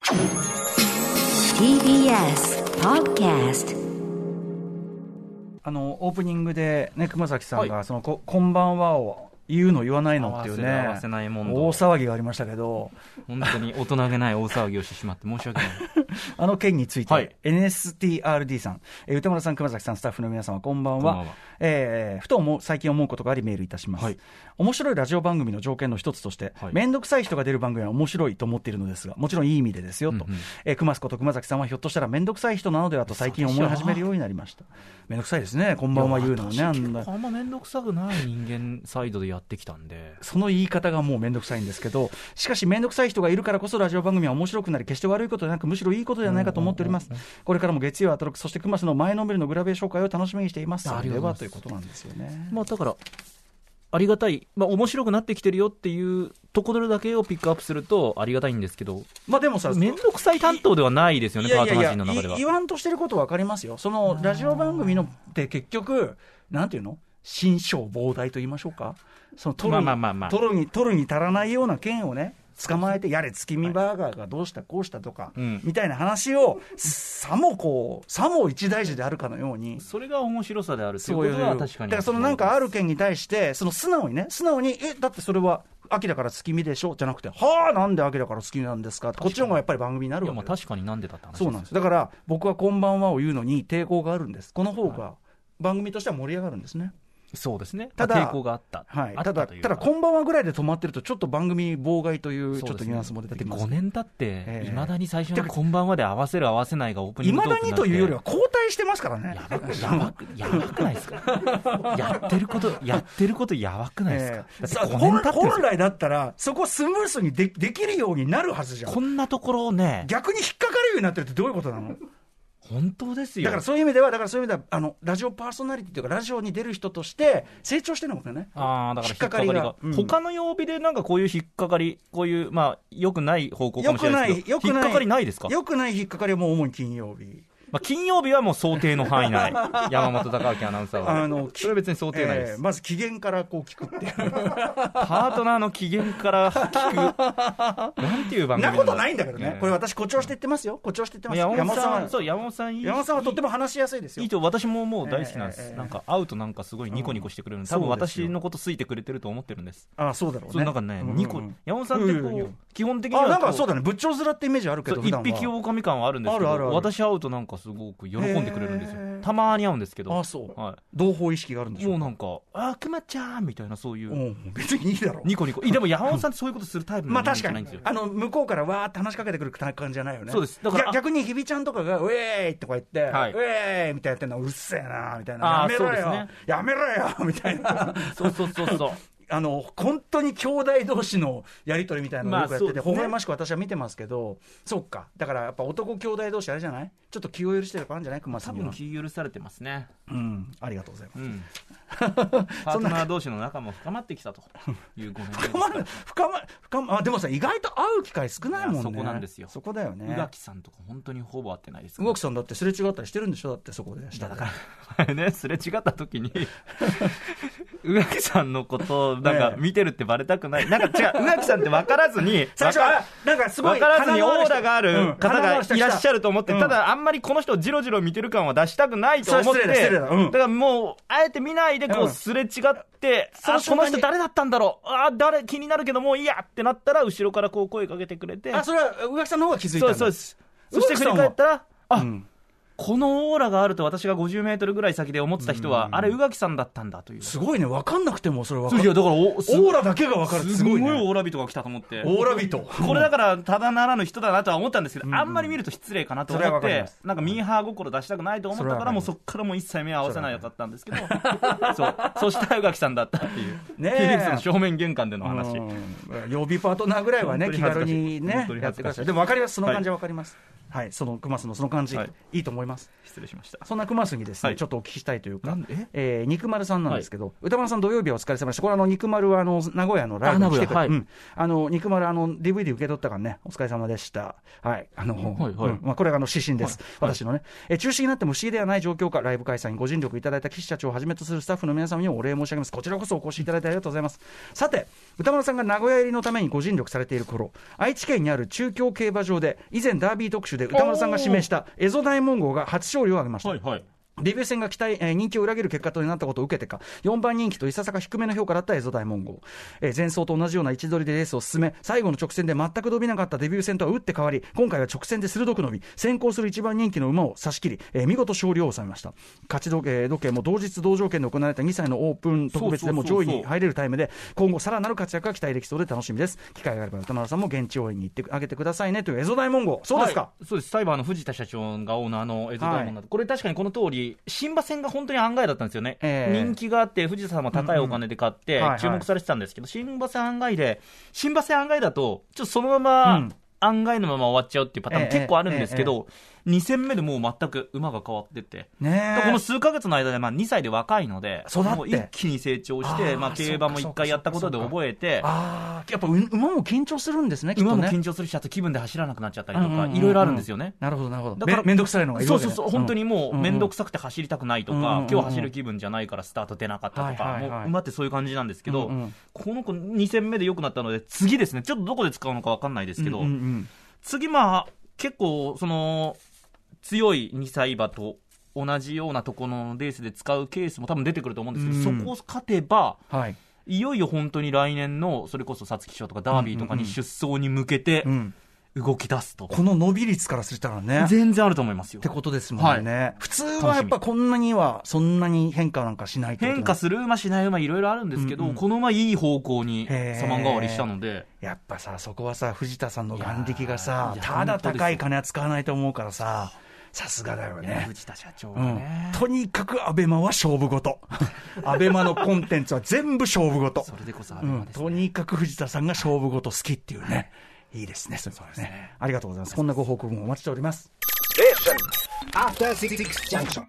TBS Podcast。 オープニングでね、熊崎さんがこんばんはを言うの言わないのっていうね、 合わせない問題、 大騒ぎがありましたけど、 本当に大人げない大騒ぎをしてしまって申し訳ない件について、 はい、 NSTRD さん、歌村さん、熊崎さん、スタッフの皆様こんばんは。ふと最近思うことがありメールいたします、はい、面白いラジオ番組の条件の一つとして、はい、めんどくさい人が出る番組は面白いと思っているのですが、もちろんいい意味でですよと、熊須こと熊崎さんはひょっとしたらめんどくさい人なのではと最近思い始めるようになりました。めんどくさいですね、こんばんは言うのもね。 あんまめんどくさくない人間サイドでやってきたんで、 その言い方がもうめんどくさいんですけど、しかしめんどくさい人がいるからこそラジオ番組は面白くなり、決して悪いことでなくむしろいいことではないかと思っております。これからも月曜アトロク、そして熊須の前のめりのグラベ紹介を楽しみにしています。ではということなんですよね。 だからありがたい、面白くなってきてるよっていうところだけをピックアップするとありがたいんですけど、 でもさ、 めんどくさい担当ではないですよね、パートナー陣の中では。 言わんとしてること分かりますよ。そのラジオ番組のって結局なんていうの、心象膨大と言いましょうか、その取るに足らないような件をね捕まえて、やれ月見バーガーがどうしたこうしたとか、みたいな話をさも一大事であるかのように、 それが面白さであるということは確かに。 だからそのなんかある件に対して素直にだってそれは秋だから月見でしょじゃなくて、なんで秋だから月見なんですかって、こっちの方がやっぱり番組になるわけです。 確かになんでだって話です。 そうなんです。だから僕はこんばんはを言うのに抵抗があるんです。この方が番組としては盛り上がるんですね。 そうですね。 ただ抵抗があった。 ただこんばんはぐらいで止まってるとちょっと番組妨害というちょっとニュアンスも出てきます。 5年経っていまだに最初のこんばんはで合わせる合わせないがオープニングトークになって、 いまだにというよりは交代してますからね。 やばくないですかやってることやばくないですか。 本来だったらそこスムースにできるようになるはずじゃん。 こんなところをね、 逆に引っかかるようになってるってどういうことなの。 本当ですよ。 だからそういう意味ではラジオパーソナリティというかラジオに出る人として成長してるのかね。 だから引っかかりが、他の曜日でなんかこういう引っかかり、こういう良くない方向かもしれないですけど、引っかかりないですか。 良くない引っかかりはもう主に金曜日。 金曜日はもう想定の範囲内山本貴明アナウンサーはそれは別に想定内です、 まず機嫌からこう聞くっていうパートナーの機嫌から聞くなんていう番組なことないんだけどね、これ私誇張して言ってますよ。山本さんはとっても話しやすいですよ。 いいと、私ももう大好きなんです、なんか会うとなんかすごいニコニコしてくれるんで、多分私のこと好いてくれてると思ってるんです。 そうだろうね。 なんかね、山本さんってこう基本的にはなんかそうだね、仏頂面ってイメージあるけど、 一匹狼感はあるんですけど、私会うとなんかすごく喜んでくれるんですよ。たまに会うんですけど。 そう、同胞意識があるんでしょうか。 もうなんかくまちゃんみたいな、そういう別にいいだろう、 ニコニコ。でも山本さんってそういうことするタイプの人間じゃないんですよ。 向こうからわーって話しかけてくる感じじゃないよね。 そうです。だから逆に日比ちゃんとかがウェーイとか言って、ウェーイみたいなやってんのうるせえなみたいな、やめろよみたいなそう本当に兄弟同士のやり取りみたいなのをよくやってて、微笑ましく私は見てますけど、そうか、だからやっぱ男兄弟同士あれじゃない、ちょっと気を許してる感じじゃない、熊さんには。 多分気許されてますね。 ありがとうございます、 パートナー同士の仲も深まってきたという5年深までもさ、意外と会う機会少ないもんね。 そこなんですよ。 そこだよね。 宇垣さんとか本当にほぼ会ってないです。 宇垣さんだってすれ違ったりしてるんでしょ。だってそこでだからね、すれ違った時に宇垣さんのことなんか見てるってバレたくない、なんか違う、宇垣さんって分からずに最初なんかすごい分からずにオーラがある方がいらっしゃると思って、ただあんまりこの人をジロジロ見てる感は出したくないと思って、だからもうあえて見ないでこうすれ違って、この人誰だったんだろう、誰気になるけどもういいやってなったら、後ろからこう声かけてくれて、 それは宇垣さんの方が気づいたんだ。 そうです。そして振り返ったらこのオーラがあると私が50メートルぐらい先で思ってた人は、あれ宇垣さんだったんだという。 すごいね、分かんなくてもそれ分かる。 いやだからオーラだけが分かるってすごいね。 すごいオーラ人が来たと思って。 オーラ人これだからただならぬ人だなとは思ったんですけど、あんまり見ると失礼かなと思って、なんかミーハー心出したくないと思ったから、もうそっからもう一切目を合わせないよかったんですけど、そしたら宇垣さんだったっていうね、TBS の正面玄関での話。 曜日パートナーぐらいはね、気軽にねやってください。でも分かります、その感じは分かります。その熊須のその感じいいと思います。 ます。 失礼しました。 そんな熊須にですね、 はい、 ちょっとお聞きしたいというか、肉丸さんなんですけど、はい、歌丸さん土曜日はお疲れ様でした。これ肉丸は名古屋のライブに来てくれて、はい、肉丸DVD 受け取ったからね、お疲れ様でした。はい。これが指針です。はい、私のね、中止になっても不思議ではない状況か、ライブ開催にご尽力いただいた岸社長をはじめとするスタッフの皆様にお礼申し上げます。こちらこそお越しいただいてありがとうございます。さて、歌丸さんが名古屋入りのためにご尽力されている頃、愛知県にある中京競馬場で以前ダービー特集で歌丸さんが指名したエゾ大文豪が初勝利を挙げました。はいはい、デビュー戦が人気を裏切る結果となったことを受けてか、4番人気といささか低めの評価だったエゾ大文豪、前走と同じような位置取りでレースを進め、最後の直線で全く伸びなかったデビュー戦とは打って変わり、今回は直線で鋭く伸び、先行する1番人気の馬を差し切り、見事勝利を収めました。勝ち時計も同日同条件で行われた2歳のオープン特別でも上位に入れるタイムで、今後さらなる活躍が期待できそうで楽しみです。機会があれば歌丸さんも現地応援に行ってあげてくださいねというエゾ大文豪。そうですか、 はい、そうです。サイバーの藤田社長がオーナーのエゾ大文豪、はい、これ確かにこの通り新馬戦が本当に案外だったんですよね、人気があって藤田さんも高いお金で買って注目されてたんですけど、新馬戦案外だとちょっとそのまま、案外のまま終わっちゃうっていうパターンも結構あるんですけど、2戦目でもう全く馬が変わってて、この数ヶ月の間で2歳で若いのでもう一気に成長して、競馬も1回やったことで覚えて、 やっぱ馬も緊張するんですね、きっとね。 馬も緊張するし、あと気分で走らなくなっちゃったりとか、いろいろあるんですよね。 なるほどなるほど。だからめんどくさいのがいるわけね。 そう本当にもうめんどくさくて走りたくないとか、今日走る気分じゃないからスタート出なかったとか、もう馬ってそういう感じなんですけど、この子2戦目で良くなったので、次ですね、ちょっとどこで使うのか分かんないですけど、次結構強い2歳馬と同じようなところのレースで使うケースも多分出てくると思うんですけど、そこを勝てば、いよいよ本当に来年のそれこそ皐月賞とかダービーとかに出走に向けて動き出すと、 この伸び率からするとね、 全然あると思いますよってことですもんね。普通はやっぱこんなにはそんなに変化なんかしないってこと。 変化する馬しない馬いろいろあるんですけど、この馬いい方向に様変わりしたので、 やっぱそこは藤田さんの眼力がただ高い金は使わないと思うからさすがだよね、 藤田社長がね、 とにかくアベマは勝負ごとアベマのコンテンツは全部勝負ごと、 それでこそアベマですね、 とにかく藤田さんが勝負ごと好きっていうね、いいですね。そうですね。ありがとうございます。こんなご報告もお待ちしております。After 66 junction。